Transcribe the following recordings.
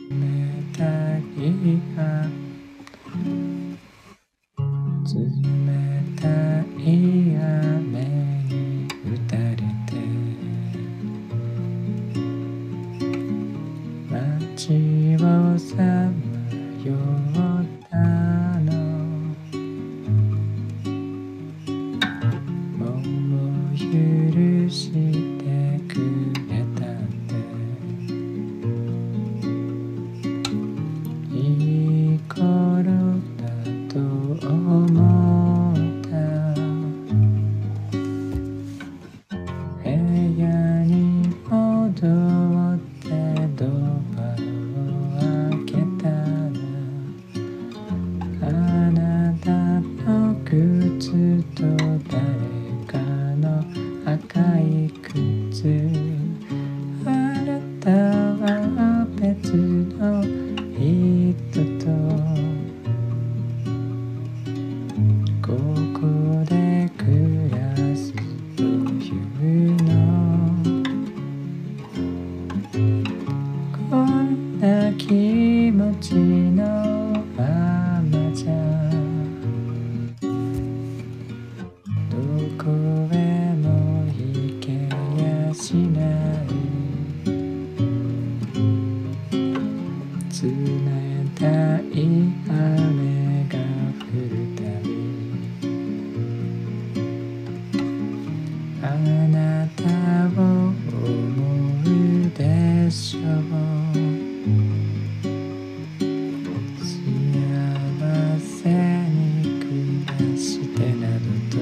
冷たい冷たい雨に打たれて街をさまよったのもう許してくれたっていい頃だと思った部屋に戻ってドアを開けたらあなたの靴と誰かの赤い靴あなたは別の人とここで暮らすというのこんな気持ちのままじゃどこへも行けやしない冷たい雨が降るたびあなたを思うでしょう幸せに暮らしてなどと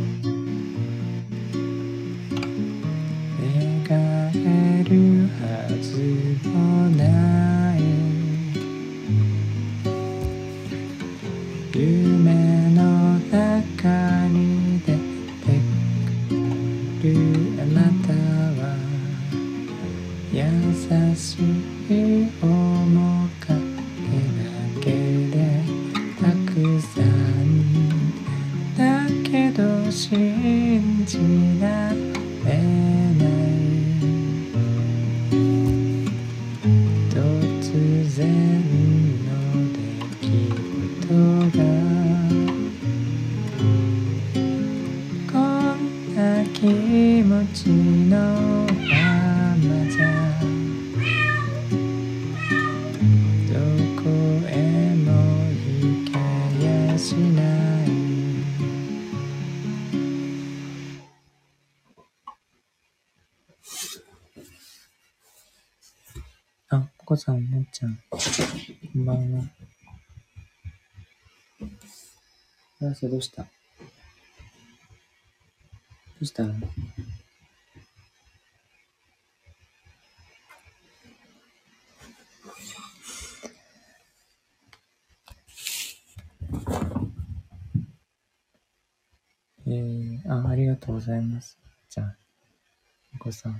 描るはずもない夢の中に出てくるあなたは優しい面影だけでたくさんだけど信じられない突然の出来事がこんな気持ちのままじゃどこへも行けやしないあ、ポコさん、もっちゃん、こんばんは。あ、どうしたのありがとうございます。じゃあ、お子さん。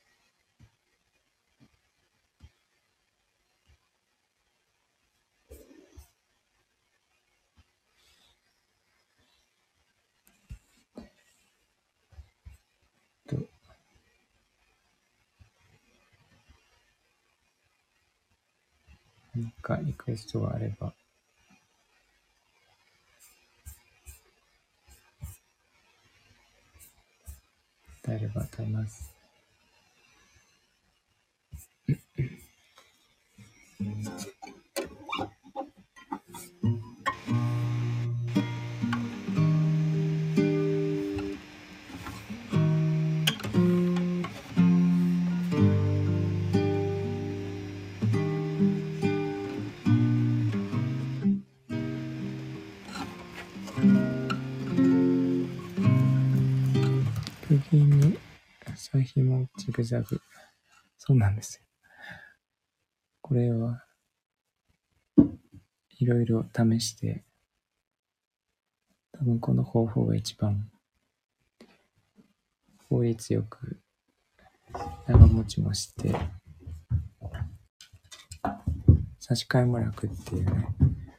何かリクエストがあれば。歌えれば歌います。釘に朝ひもジグザグ。そうなんですよ。これはいろいろ試して、多分この方法が一番効率よく長持ちもして差し替えも楽っていうね。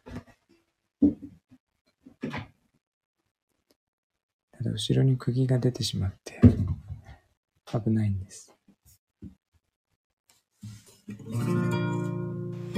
ただ後ろに釘が出てしまって危ないんです。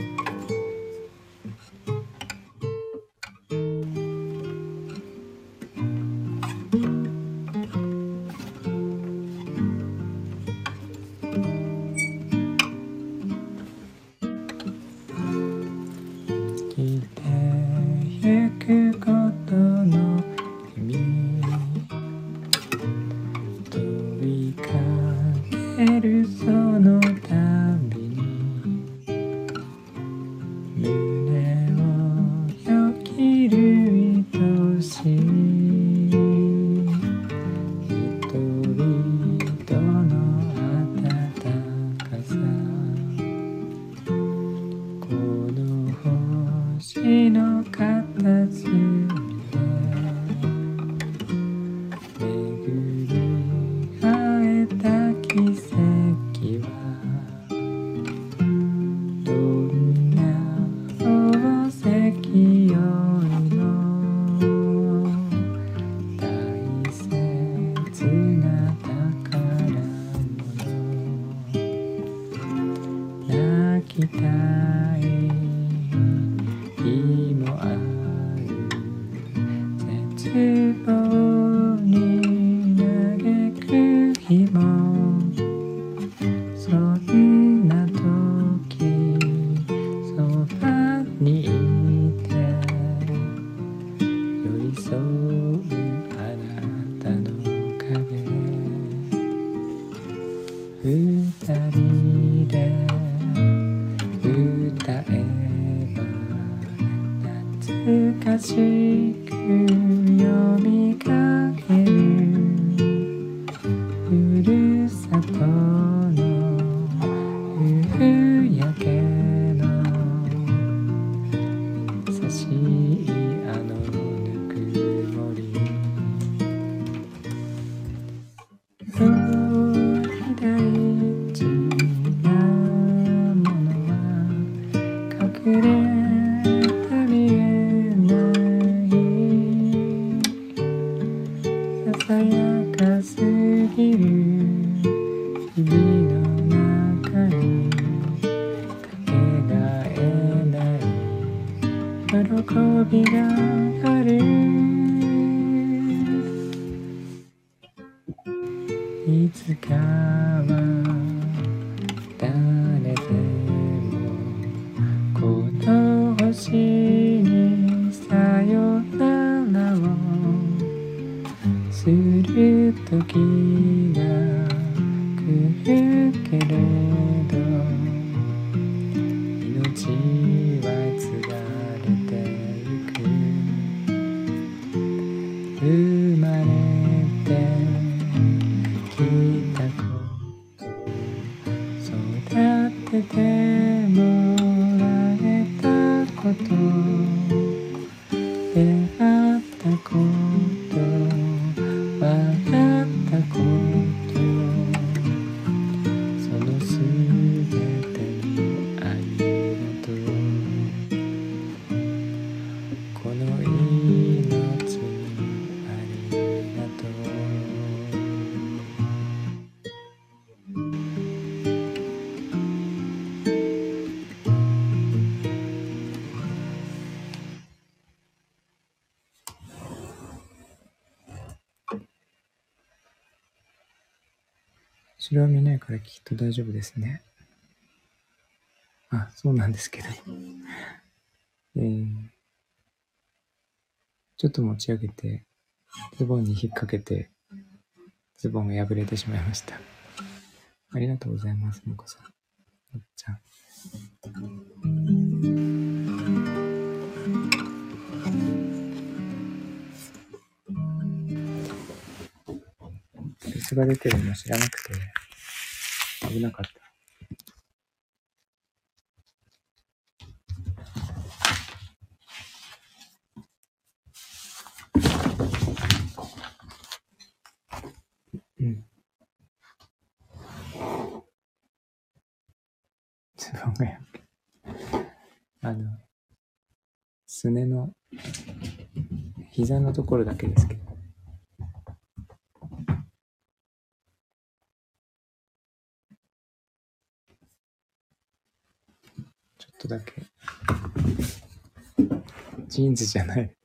きたい日もある絶望に嘆く日もそんな時そばにいて寄り添うあなたの影二人で歌えば懐かしくよみがえるふるさとの夕焼けの優しいあのぬくもり大事なものは隠れて見えないささやかすぎる日々の中にかけがえない喜びがあるいつかは誰でもこの星にさよならをする時が来るけれど命は継がれてゆく生まれてきたこと育ててもらえたこと出会ったこと笑ったことそのすべてにありがとうこの命にありがとう後ろは見ないからきっと大丈夫ですね。あ、そうなんですけど。ちょっと持ち上げて、ズボンに引っ掛けて、ズボンが破れてしまいました。ありがとうございます、もこさん。おっちゃん。水が出てるの知らなくて危なかった。ズボンが破けすねの膝のところだけですけど。ちょっとだけジーンズじゃないです。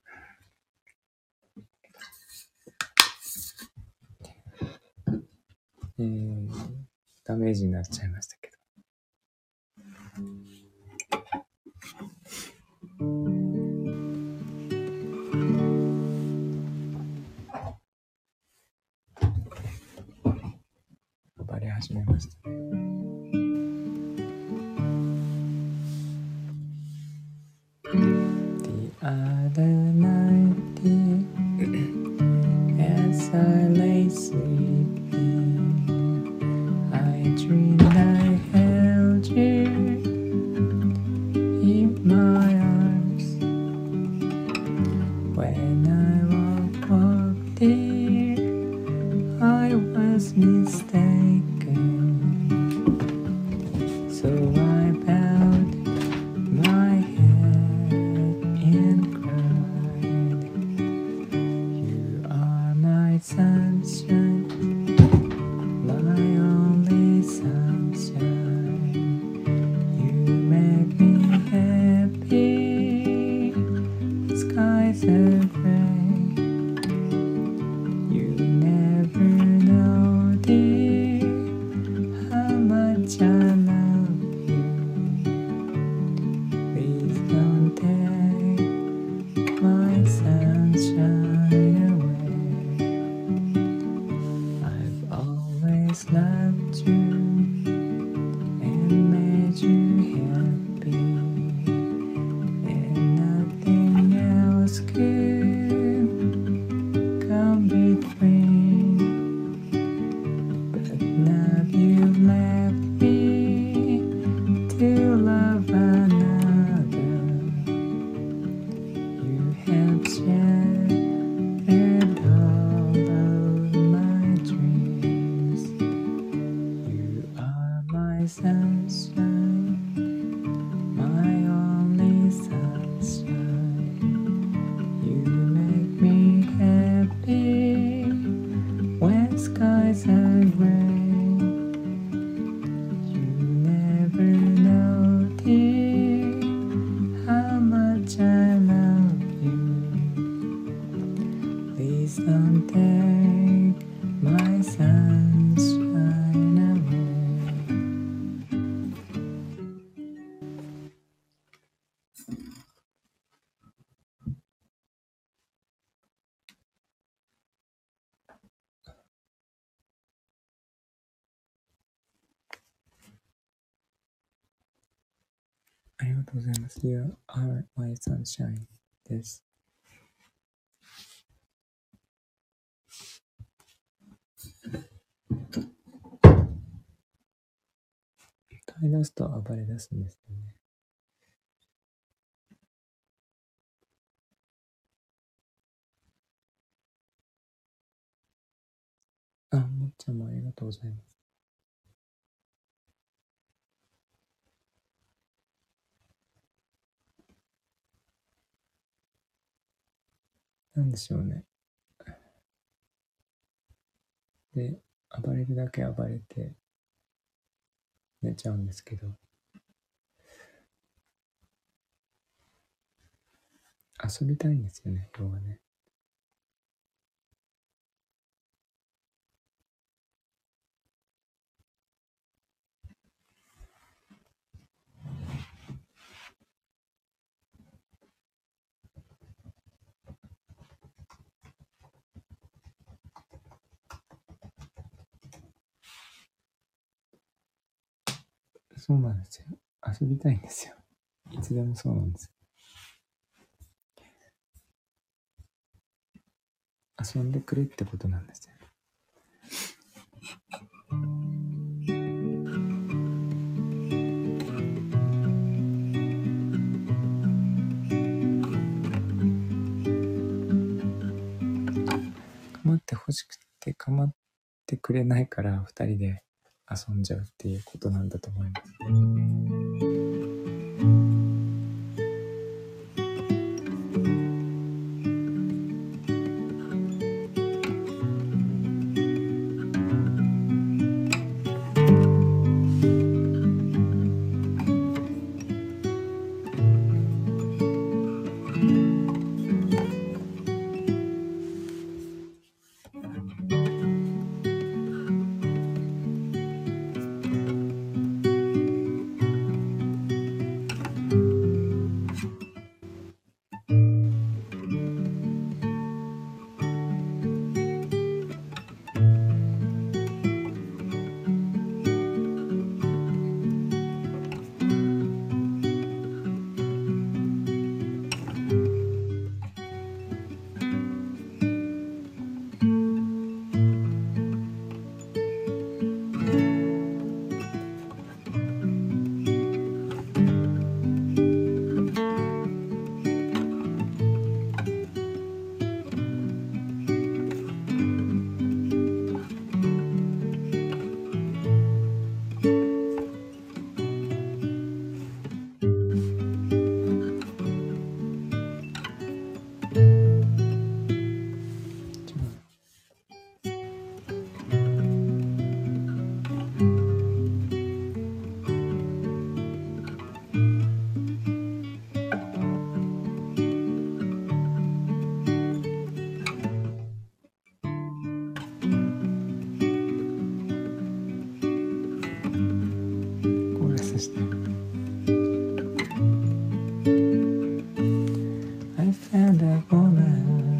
ダメージになっちゃいましたけど。暴れ始めましたね。The other night, as I lay sleeping, I dreamed I made you happy, and nothing else could come between. But now you've left me to love another. You have shattered all of my dreams. You are my sunshine, my only sunshine. You make me happy when skies are gray. You never know, dear, how much I love you. Please don't take my sunshine away. ありがとうございます。You are my sunshine です。歌い出すと暴れ出すんですよね。あ、もっちゃんもありがとうございます。なんでしょうね。で、暴れるだけ暴れて寝ちゃうんですけど、遊びたいんですよね、要はね。そうなんですよ。遊びたいんですよ。いつでもそうなんです。遊んでくれってことなんですよ。構ってほしくて構ってくれないから二人で遊んじゃうっていうことなんだと思います。I found a woman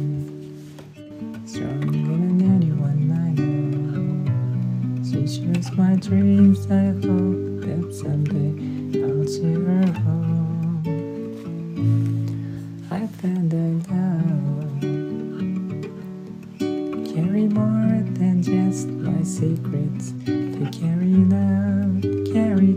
stronger than anyone I know. She shares my dreams. I hope that someday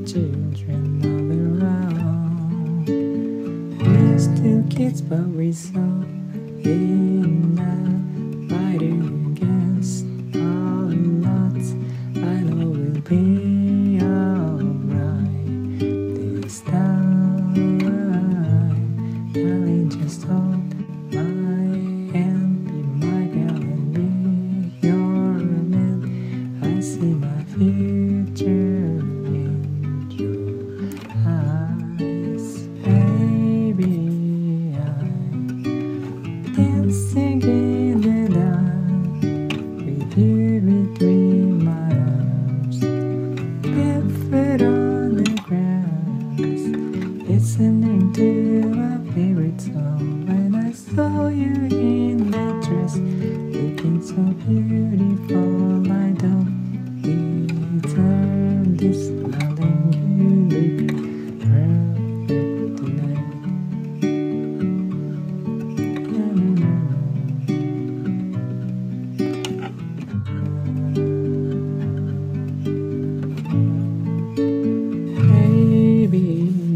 children all around. We're still kids, but we saw in the fighting against all odds. I know we'll be alright this time. Darling, just hold my hand, be my girl and be your man. I see my future in your eyes, baby. I'm dancing in the dark with you between my arms, barefoot on the grass, listening to our favorite song. When I saw you in that dress, looking so beautiful, I don't deserve this, darling. You look perfect tonight. Baby,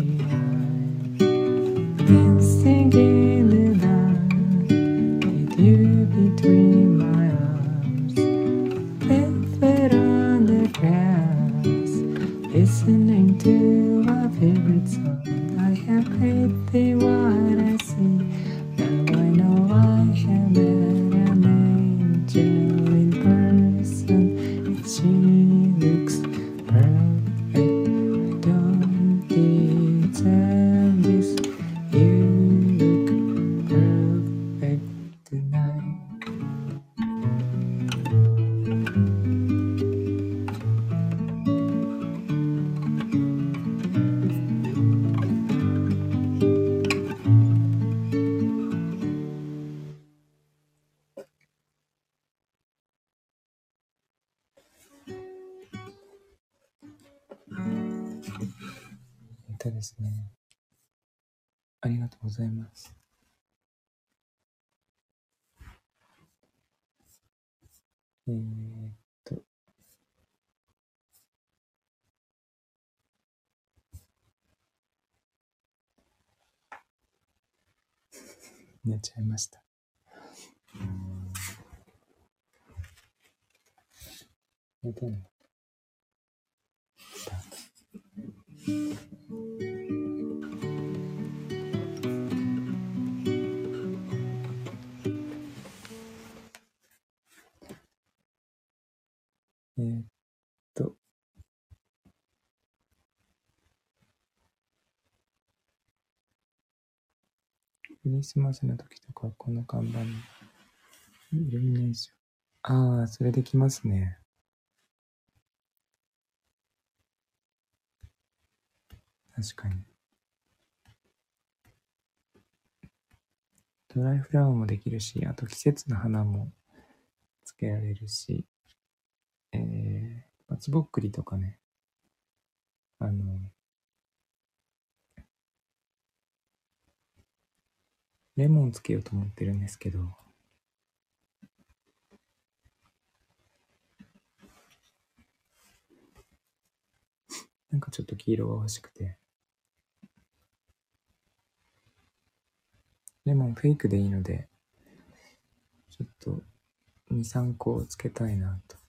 I'm dancing in the dark with you between my arms, barefoot on the grass, listening to our favorite song. I have paid thee what I see. Now I know I have met an angel in person, and she looks perfect. I don't deserve this. You look perfect tonight.歌ですね。ありがとうございます。寝ちゃいました。寝てんの？クリスマスの時とかこの看板にイルミネーション。ああ、それできますね。確かに。ドライフラワーもできるし、あと季節の花もつけられるし、松ぼっくりとかね、レモンつけようと思ってるんですけど、なんかちょっと黄色が欲しくて、レモンフェイクでいいので、ちょっと2、3個つけたいなと。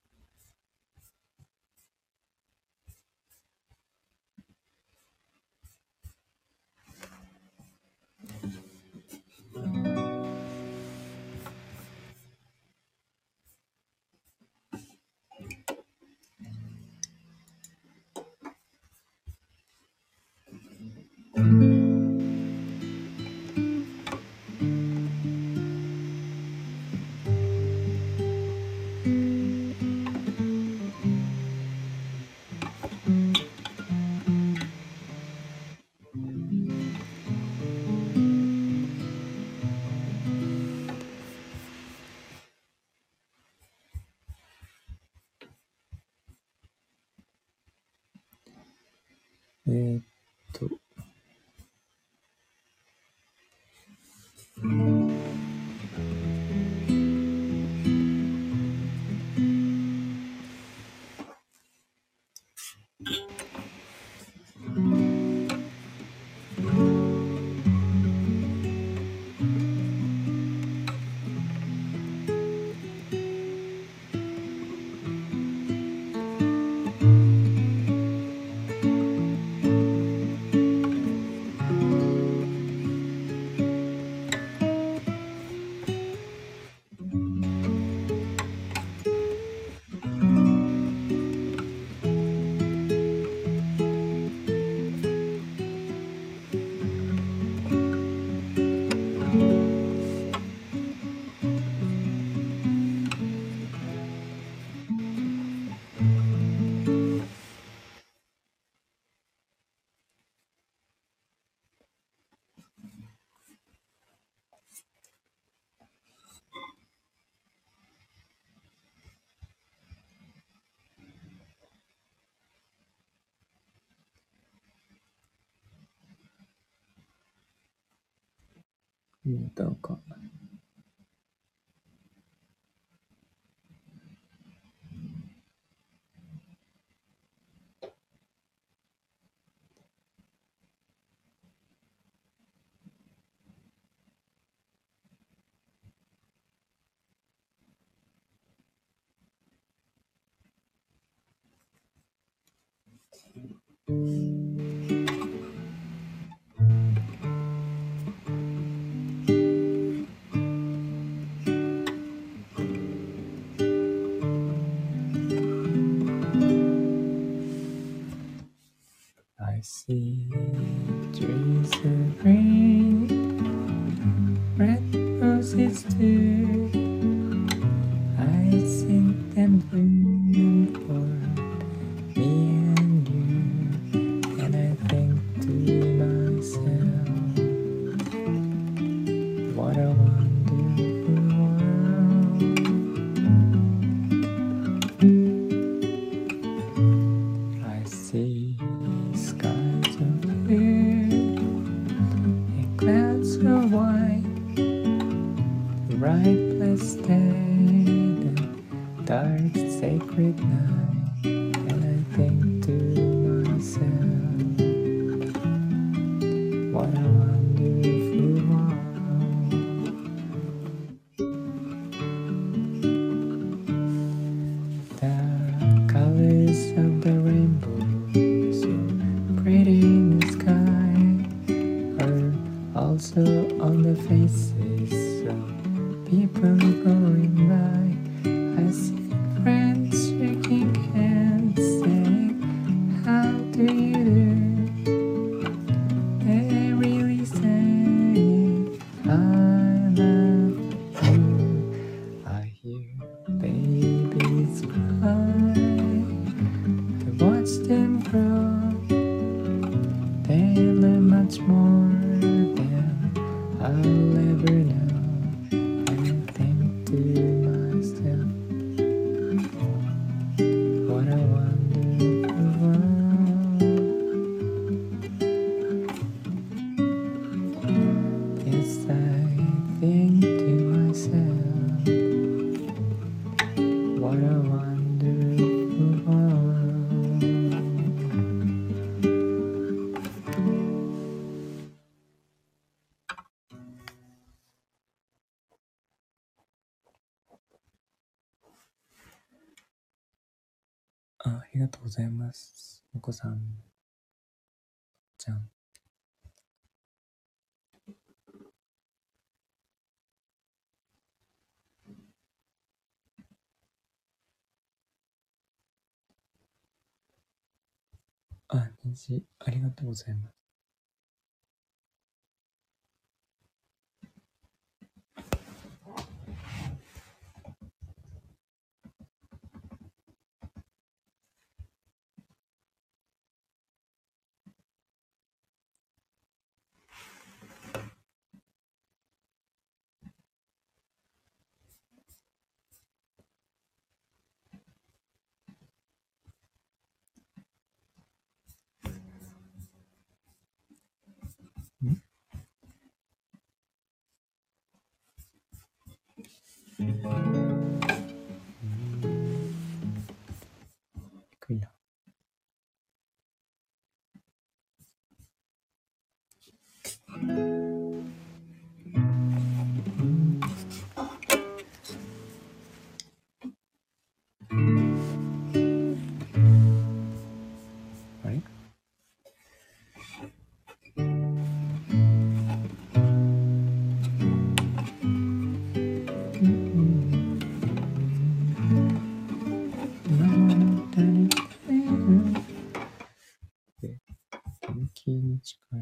どうか。I see trees of green, red roses too. I see them bloom for me and you, and I think to myself, what a wonderful world. I see skies of blue and clouds of white, the bright blessed day, the dark sacred night, and I think to myself, what a wonderful world. The colors of the rainbow, so pretty in the sky, are also on the faces of people going by. I see friends shaking hands, saying, how do you do? They really saying, I love you. I hear babies cry, I watch them grow. They learn much more than I'll ever know. And I think to myself, what a wonderful world. Yes, I think to myself, what a wonderful world. ありがとうございます。お子さんちゃん。虹、ありがとうございます。低いな。あれ？天気に近い。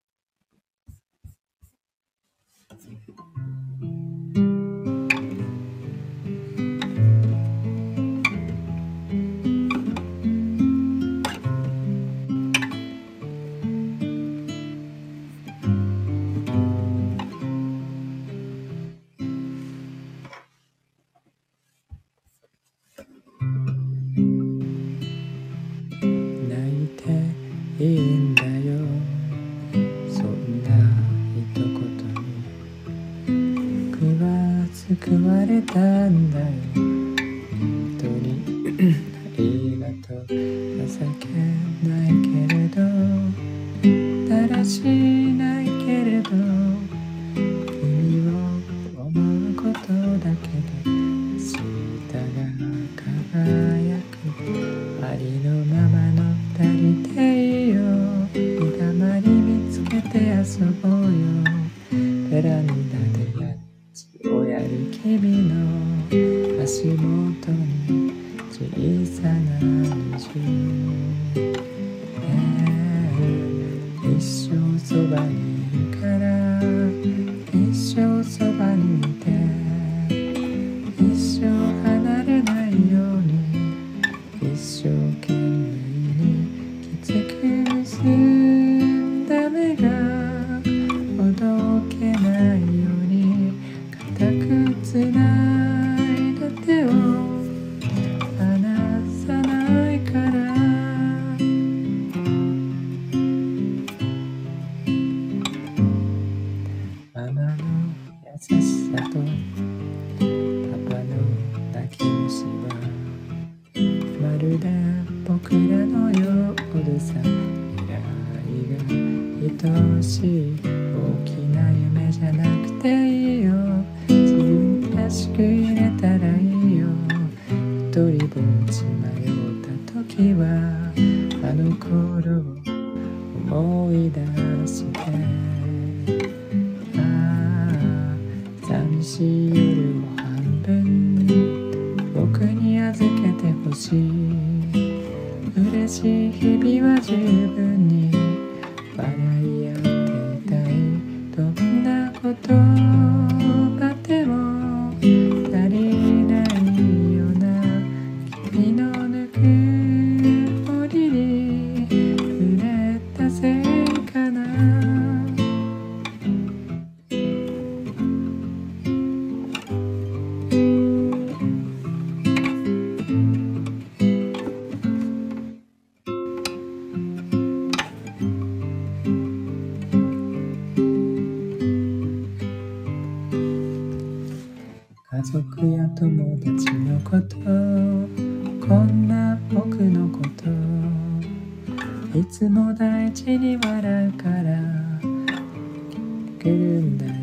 泣いていいんだよ、そんな一言にたんだよ。本当にありがとう。情けないけれど、だらしないけれど、君を思うことだけで明日が輝く。ありのままの二人でいいよ。日だまり見つけて遊ぼうよ。ベランダでやつをやる君の足元に小さな虹、一生そばにいるから一生そばにいて、一生離れないように一生懸命にきつく結んだ目がほどけないように固くつないだ手を離さないから。ママの優しさとパパの泣き虫はまるで僕らのようでさ。未来が愛しい大きな夢じゃなくていいよ。自分らしく入れたらいいよ。一人ぼっち迷った時はあの頃を思い出して、寂しい夜を半分僕に預けてほしい。嬉しい日々は十分に笑い合っていたい。どんなことばでも足りないような君のぬくもりに触れたせいかな。家族や友達のこと、こんな僕のこと、いつも大事に笑うから来るんだよ。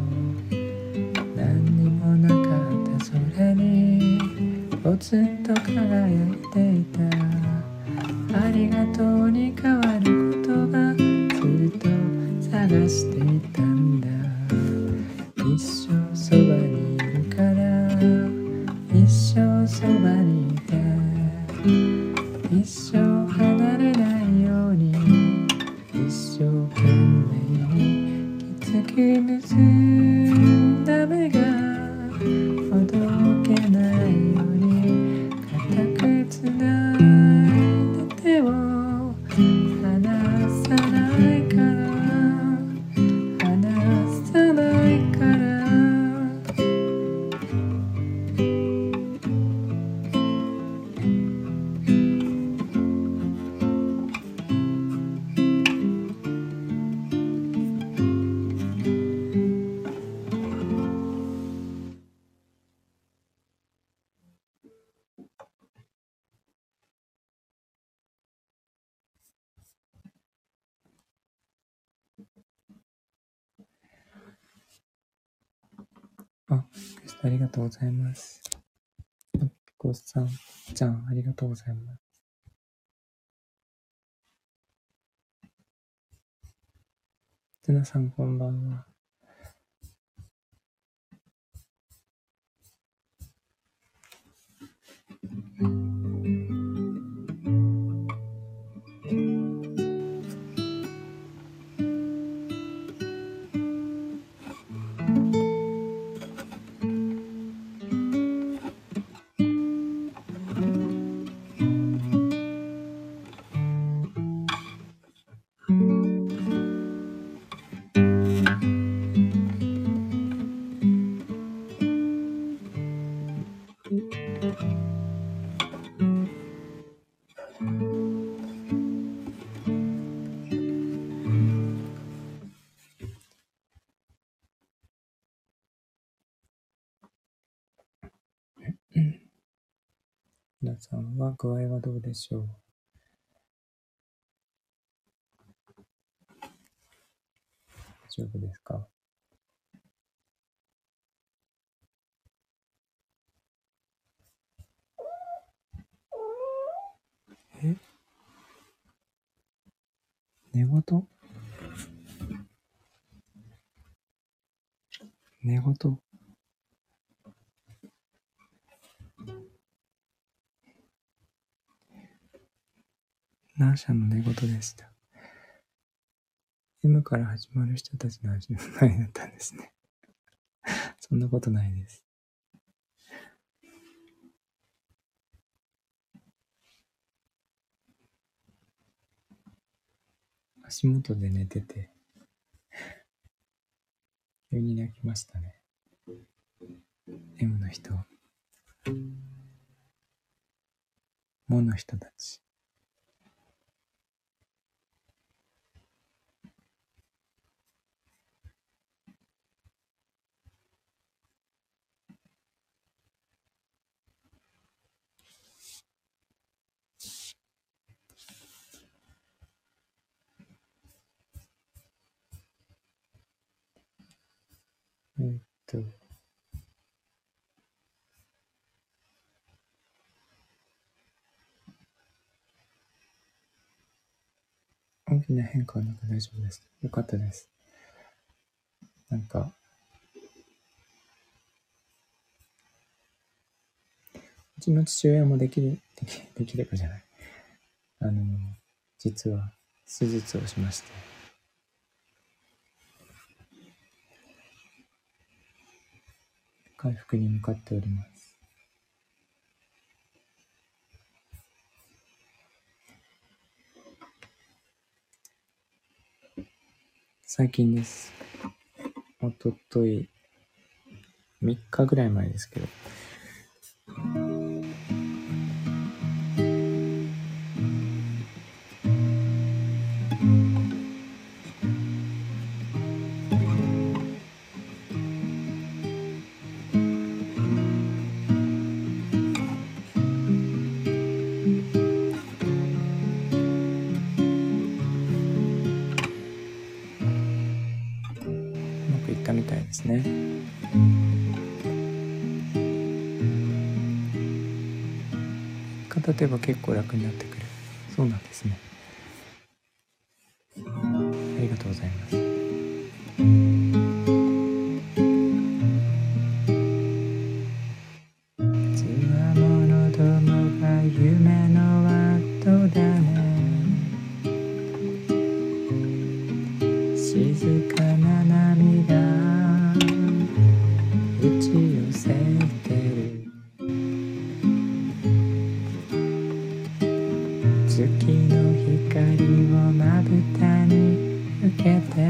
何にもなかった空にポツンと輝いていた。ありがとうに変わる言葉ずっと探していたんだ。一生そばにいるから一生そばにいて、一生離れないように一生懸命にきつく結んだ目がほどけないように固くつないだ手を離さないから、離さないから。ゲストありがとうございます。ごさんちゃんありがとうございます。つなさんこんばんは。 さんは具合はどうでしょう。大丈夫ですか。寝言ナーシャの寝言でした。M から始まる人たちの始まりだったんですね。そんなことないです。足元で寝てて、急に泣きましたね。M の人、モの人たち。大きな変化はなく大丈夫です。よかったです。なんか、うちの父親もできればじゃない。実は手術をしまして、回復に向かっております。最近です。おととい、3日ぐらい前ですけど、うまくいったみたいですね。片手ば結構楽になってくる。そうなんですね。ありがとうございます。つわものどもが夢の後だね。静かな波が打ち寄せてる。月の光をまぶたに受けて、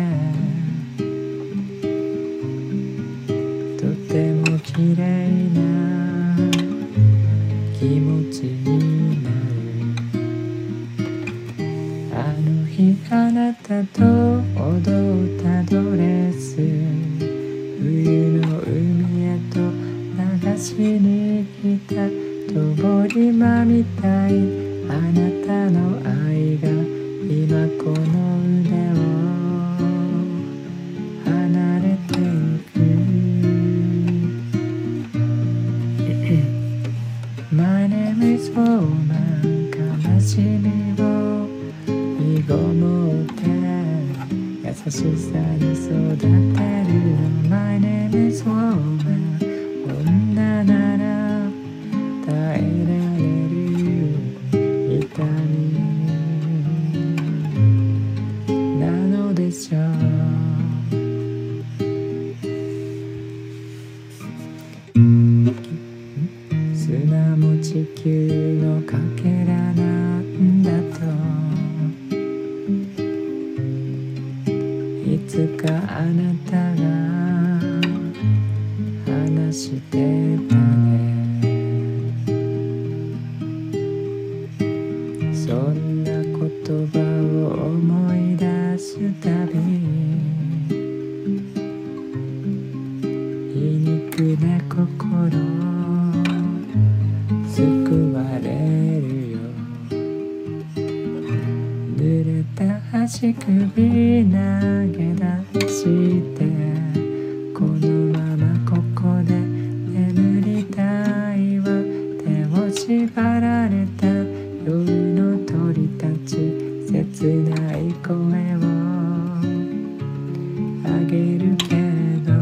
とても綺麗な気持ちになる。あの日あなたと踊ったドレス、冬の海へと流しに来た通り魔みたい。あなたの愛が今この腕を離れてゆく。My name is Woman、 悲しみを身ごもって優しさに育てるの。 My name is Woman、 女なら耐えられる痛みなのでしょう。砂も地球のかけらなんだといつかあなたが話してたね。そんな言葉を思い出すたび、皮肉な心救われ足首投げ出してこのままここで眠りたいわ手を縛られた夜の鳥たち切ない声をあげるけれど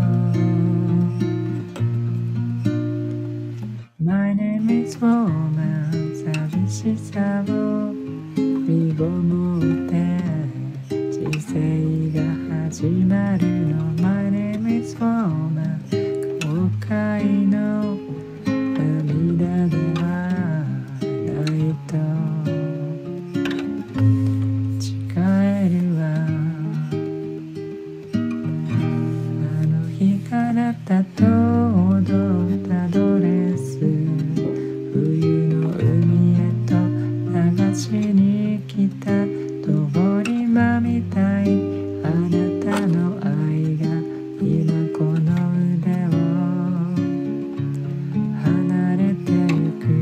My name is Woman 寂しさを身ごもって人生が始まるの My name is Woman 後悔の涙ではないと誓えるわあの日からったと踊ったドレス冬の海へと流しに来た通り魔みたいあなたの愛が今この腕を離れてゆく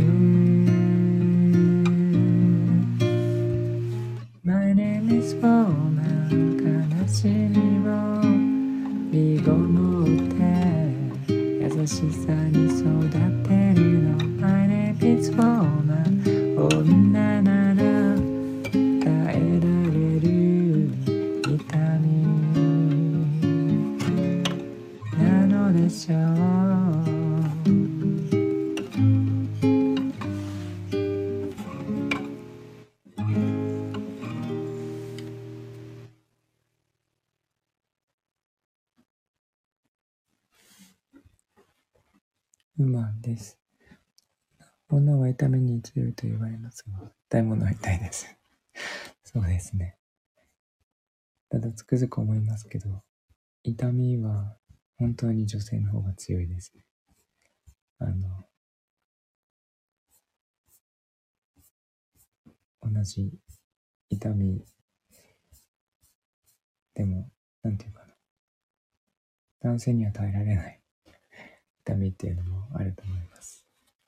My name is Woman 悲しみを身ごもって優しさに育てるの My name is Woman 女なら耐えられる痛みなのでしょうウーマンです。女は痛みに強いと言われますが、痛いものは痛いです。そうですね。ただつくづく思いますけど、痛みは本当に女性の方が強いですね。同じ痛みでも、なんていうかな。男性には耐えられない痛みっていうのもあると思います。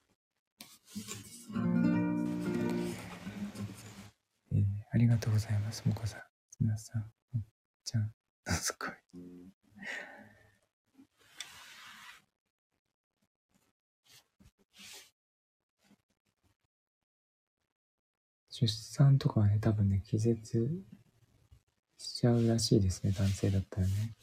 ありがとうございます、もこさん。皆さん、ちゃん、すごい。出産とかはね、多分ね、気絶しちゃうらしいですね、男性だったらね。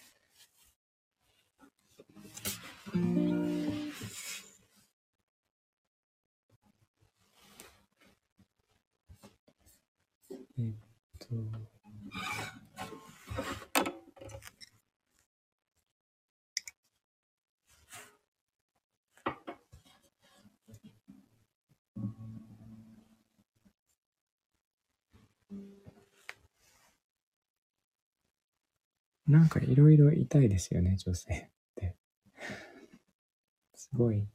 なんかいろいろ痛いですよね、女性って。すごい。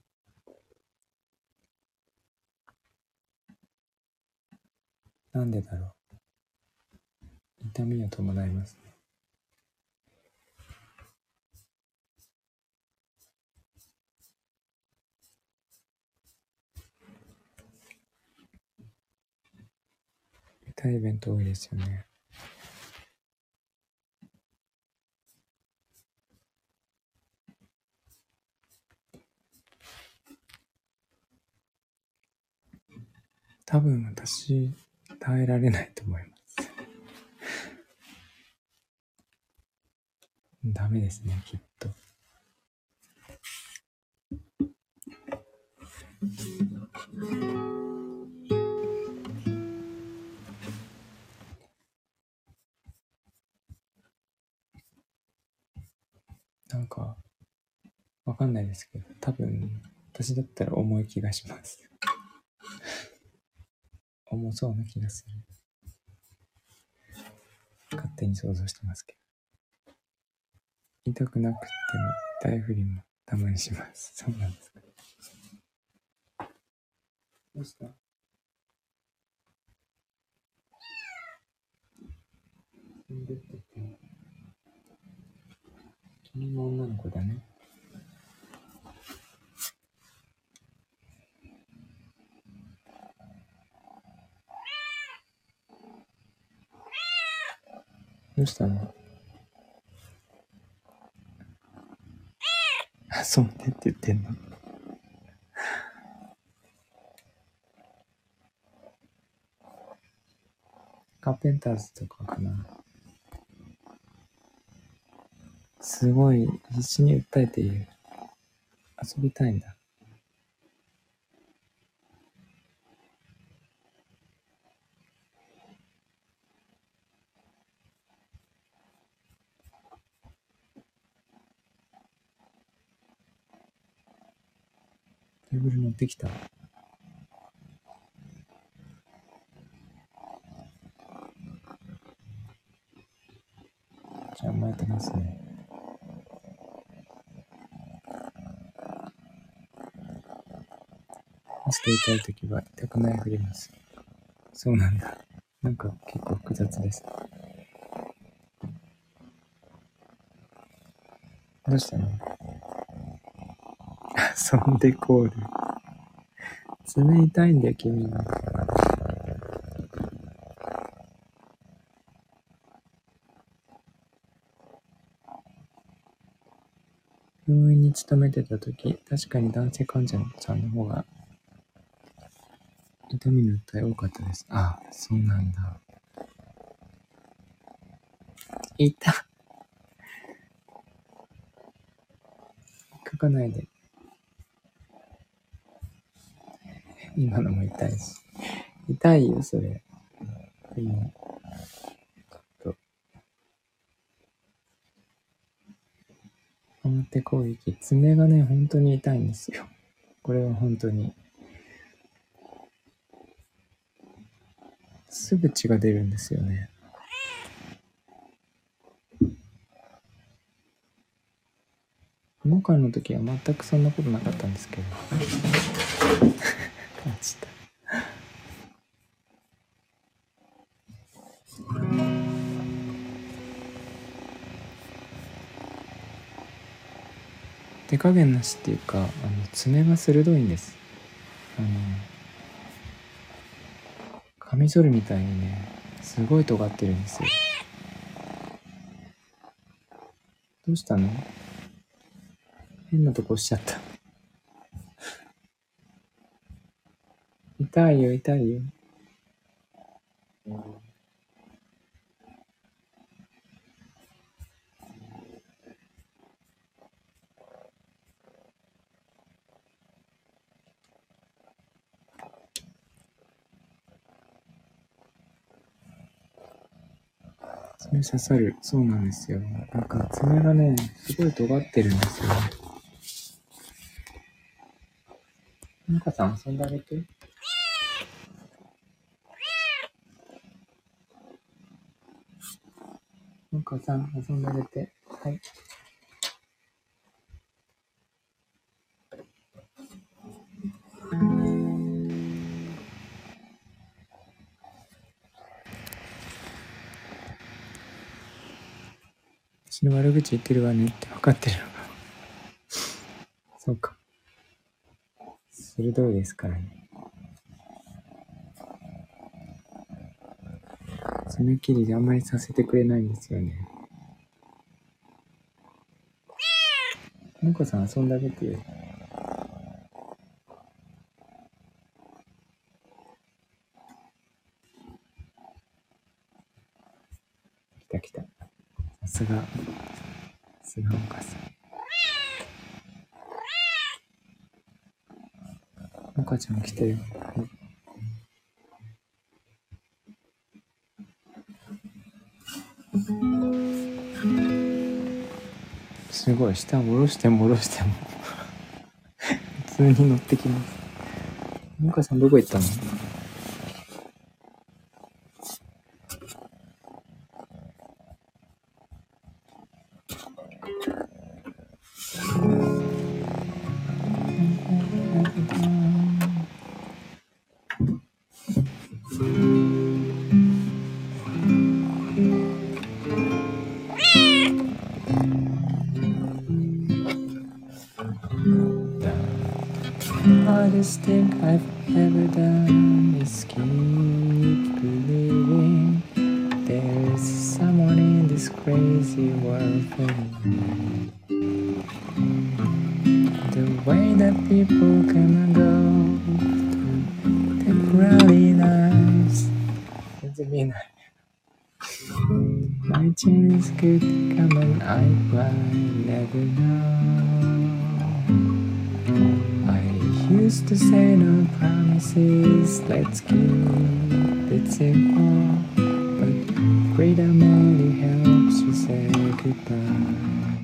なんでだろう。痛みを伴いますね。痛いイベント多いですよね。多分私、耐えられないと思います。ダメですね、きっと。なんか、わかんないですけど、多分、私だったら重い気がします。重そうな気がする。勝手に想像してますけど。痛くなくても痛いふりもたまにします。そうなんですか。どうした？君も女の子だね。 どうしたの？遊んでって言ってんの？カーペンターズとかかな。すごい必死に訴えている。遊びたいんだ。テーブル乗ってきた。じゃあ甘えてますね。して痛いときは痛くないふります。そうなんだ。なんか結構複雑です。どうしたの？遊んでコール。爪痛いんだよ、君の。病院に勤めてたとき、確かに男性患者さんの方が痛みの訴え多かったです。あ、そうなんだ。痛っ。書かないで。今のも痛いし。痛いよ、それ。今。表攻撃。爪がね、本当に痛いんですよ。これは本当に。すぐ血が出るんですよね。農家の時は全くそんなことなかったんですけど。感じた。手加減なしっていうか、爪が鋭いんです。カミソリみたいにね、すごい尖ってるんですよ。どうしたの？変なとこ押しちゃった。痛いよ、痛いよ。爪刺さる。そうなんですよ。なんか爪がね、すごい尖ってるんですよね。なんかさん遊んであげて。なんかさん遊んであげて。はい。私の悪口言ってるわねって分かってるのか。そうか。鋭いですからね。爪切りであんまりさせてくれないんですよね。のこさん遊んであげてよ。来た来た。さすがのかさん。のかちゃん来たよ。すごい、下を下ろしても下ろしても普通に乗ってきます。のかさんどこ行ったの？Hardest thing I've ever done is keep believing there's someone in the this crazy world for me. The way that people come and go through temporary lives doesn't mean my chance could come and I might never know. I used to say no promises, let's keep it simple, but freedom only helps you say goodbye.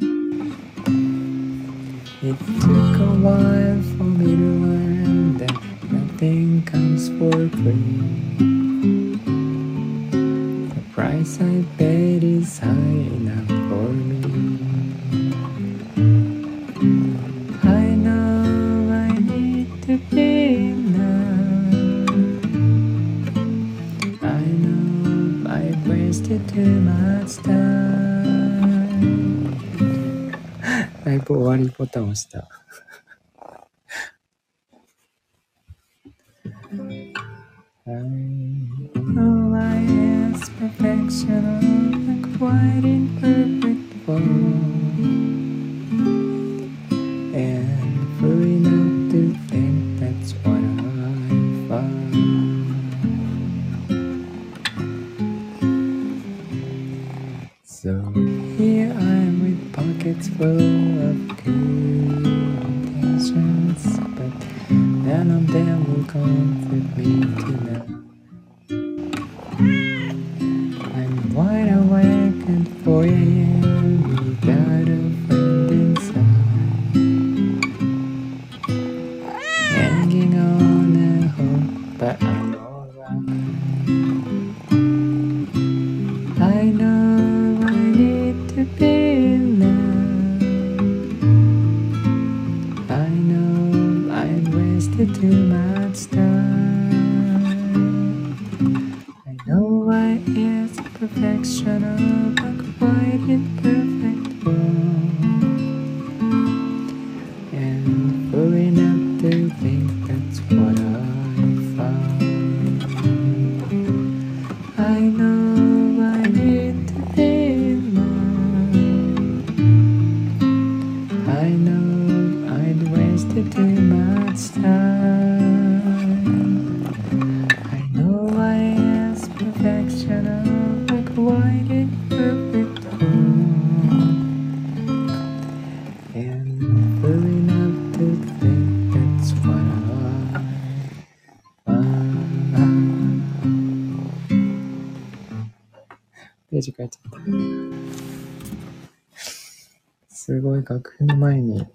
It took a while for me to learn that nothing comes for free. The price I paid is high enough for me. I know I need to be enough. I know I've wasted too much time. だいぶ終わりボタンを押した。I know I ask perfection like quite imperfect form, and for enough to think that's what I found. So here I am with pockets full of good intentions, but none of them will comfort me tonight. I'm wide awake at 4 a.m. without a friend inside, hanging on a hope, but I'm alright. I know I need to be enough. I know I've wasted too much time. I know I ask perfection of a quite imperfect world, and full enough to think that's what I found. I know I need to be mine. I know I'd wasted too much time. I know I ask perfection of a quite imperfect world, and full enough to think that's what I found. ページ変えちゃった。すごい楽譜の前に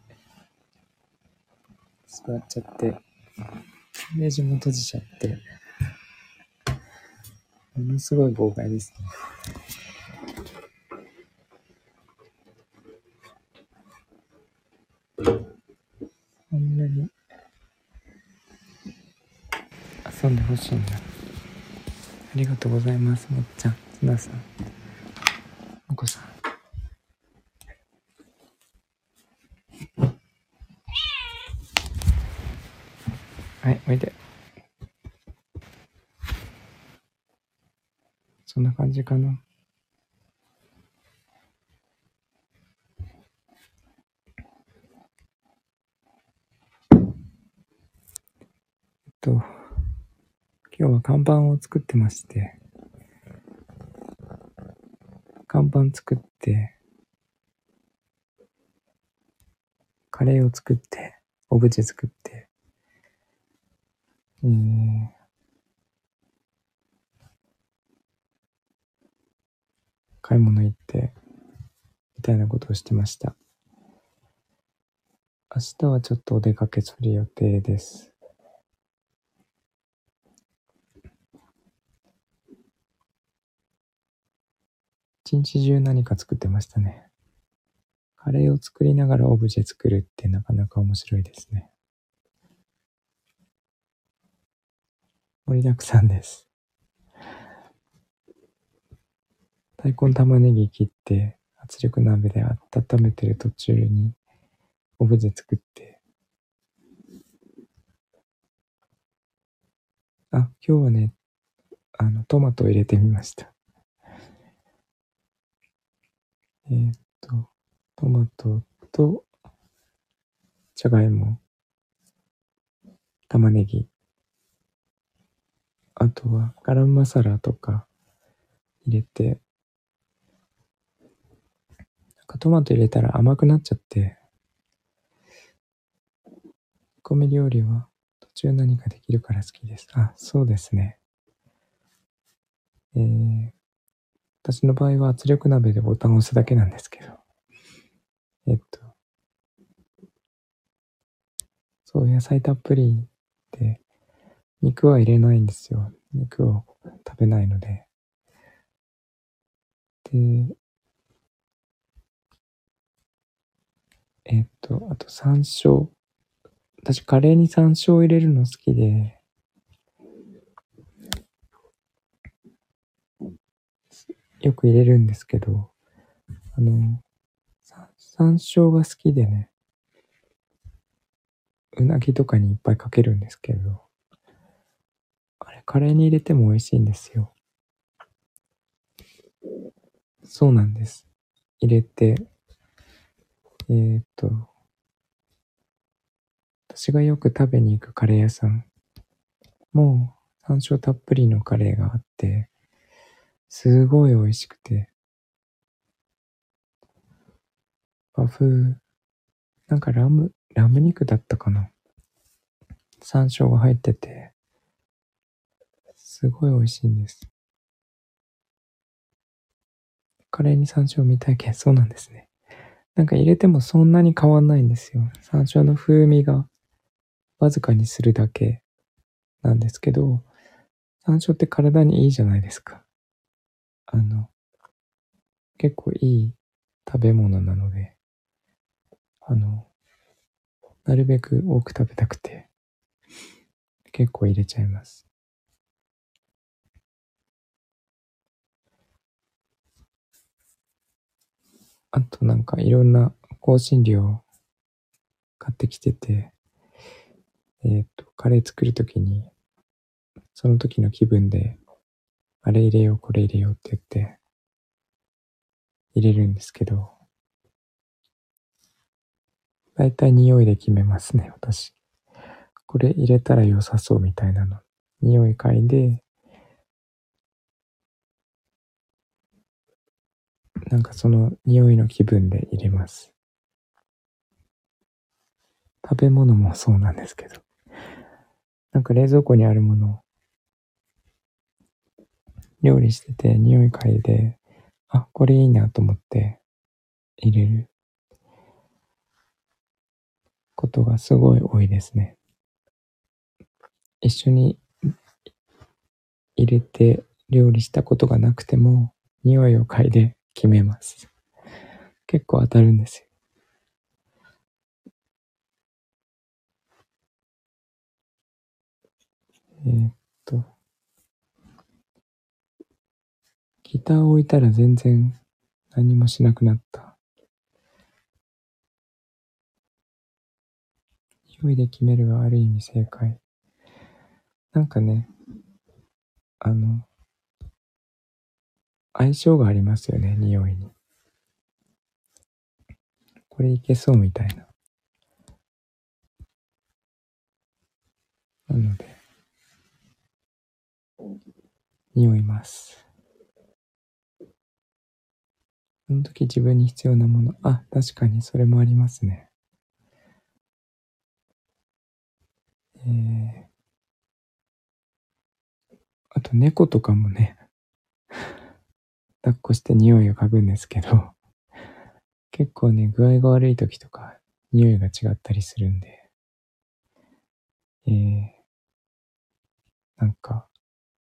座っちゃって、ページも閉じちゃって、ものすごい妨害ですね。こんなに遊んでほしいんだ。ありがとうございます。もっちゃん、つなさん、お子さん。はい、おいで。そんな感じかな。今日は看板を作ってまして、看板作って、カレーを作って、オブジェ作って、買い物行って、みたいなことをしてました。明日はちょっとお出かけする予定です。一日中何か作ってましたね。カレーを作りながらオブジェ作るってなかなか面白いですね。盛りだくさんです。大根玉ねぎ切って圧力鍋で温めてる途中にオブジェ作って、今日はね、トマトを入れてみました。 トマトと、じゃがいも、玉ねぎ、あとはガラムマサラとか入れて、なんかトマト入れたら甘くなっちゃって、煮込み料理は途中何かできるから好きです。あ、そうですね。私の場合は圧力鍋でボタンを押すだけなんですけど、そう、野菜たっぷりで、肉は入れないんですよ。肉を食べないので。で、あと山椒。私カレーに山椒を入れるの好きで、よく入れるんですけど、山椒が好きでね、うなぎとかにいっぱいかけるんですけど、あれカレーに入れても美味しいんですよ。そうなんです。入れて、私がよく食べに行くカレー屋さんも山椒たっぷりのカレーがあって、すごい美味しくて、和風、なんかラム肉だったかな。山椒が入ってて、すごい美味しいんです。カレーに山椒未体験、そうなんですね。なんか入れてもそんなに変わんないんですよ。山椒の風味がわずかにするだけなんですけど、山椒って体にいいじゃないですか。結構いい食べ物なので、なるべく多く食べたくて、結構入れちゃいます。あとなんかいろんな香辛料を買ってきてて、カレー作るときに、その時の気分で、あれ入れよう、これ入れようって言って入れるんですけど、だいたい匂いで決めますね、私。これ入れたら良さそうみたいなの。匂い嗅いで、なんかその匂いの気分で入れます。食べ物もそうなんですけど。なんか冷蔵庫にあるものを料理してて匂い嗅いで、あ、これいいなと思って入れることがすごい多いですね。一緒に入れて料理したことがなくても、匂いを嗅いで決めます。結構当たるんですよ。えーっと、ギターを置いたら全然何もしなくなった。匂いで決めるはある意味正解。なんかね、あの、相性がありますよね、匂いに。これいけそうみたいな。なので、匂います。その時自分に必要なもの。あ、確かにそれもありますね。あと猫とかもね、抱っこして匂いを嗅ぐんですけど、結構ね、具合が悪い時とか、匂いが違ったりするんで、えー、なんか、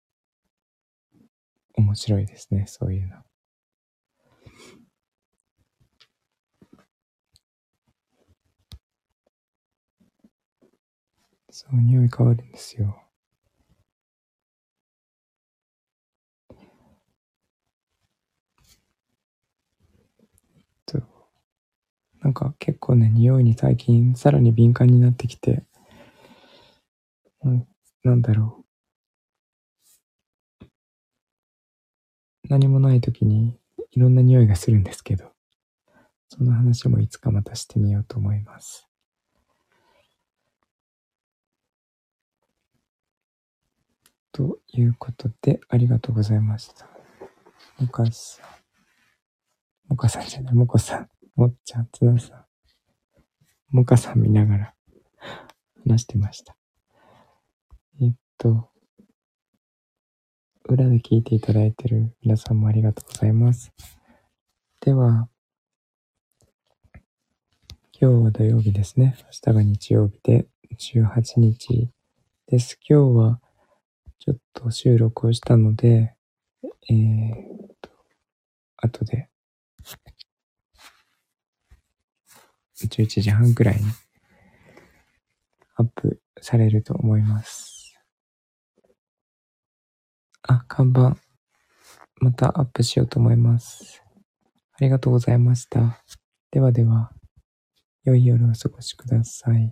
面白いですね、そういうの。そう、匂い変わるんですよ。となんか結構ね、匂いに最近さらに敏感になってきて、なんだろう。何もない時にいろんな匂いがするんですけど、 その話もいつかまたしてみようと思います。ということで、ありがとうございました。もかさん。もかさんじゃない、もこさん。もっちゃん、つなさん。もかさん見ながら話してました。裏で聞いていただいている皆さんもありがとうございます。では、今日は土曜日ですね。明日が日曜日で18日です。今日はちょっと収録をしたので、後で11時半くらいにアップされると思います。看板、またアップしようと思います。ありがとうございました。ではでは、良い夜をお過ごしください。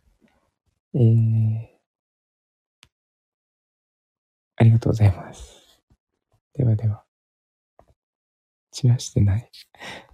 ありがとうございます。ではでは、散らしてない。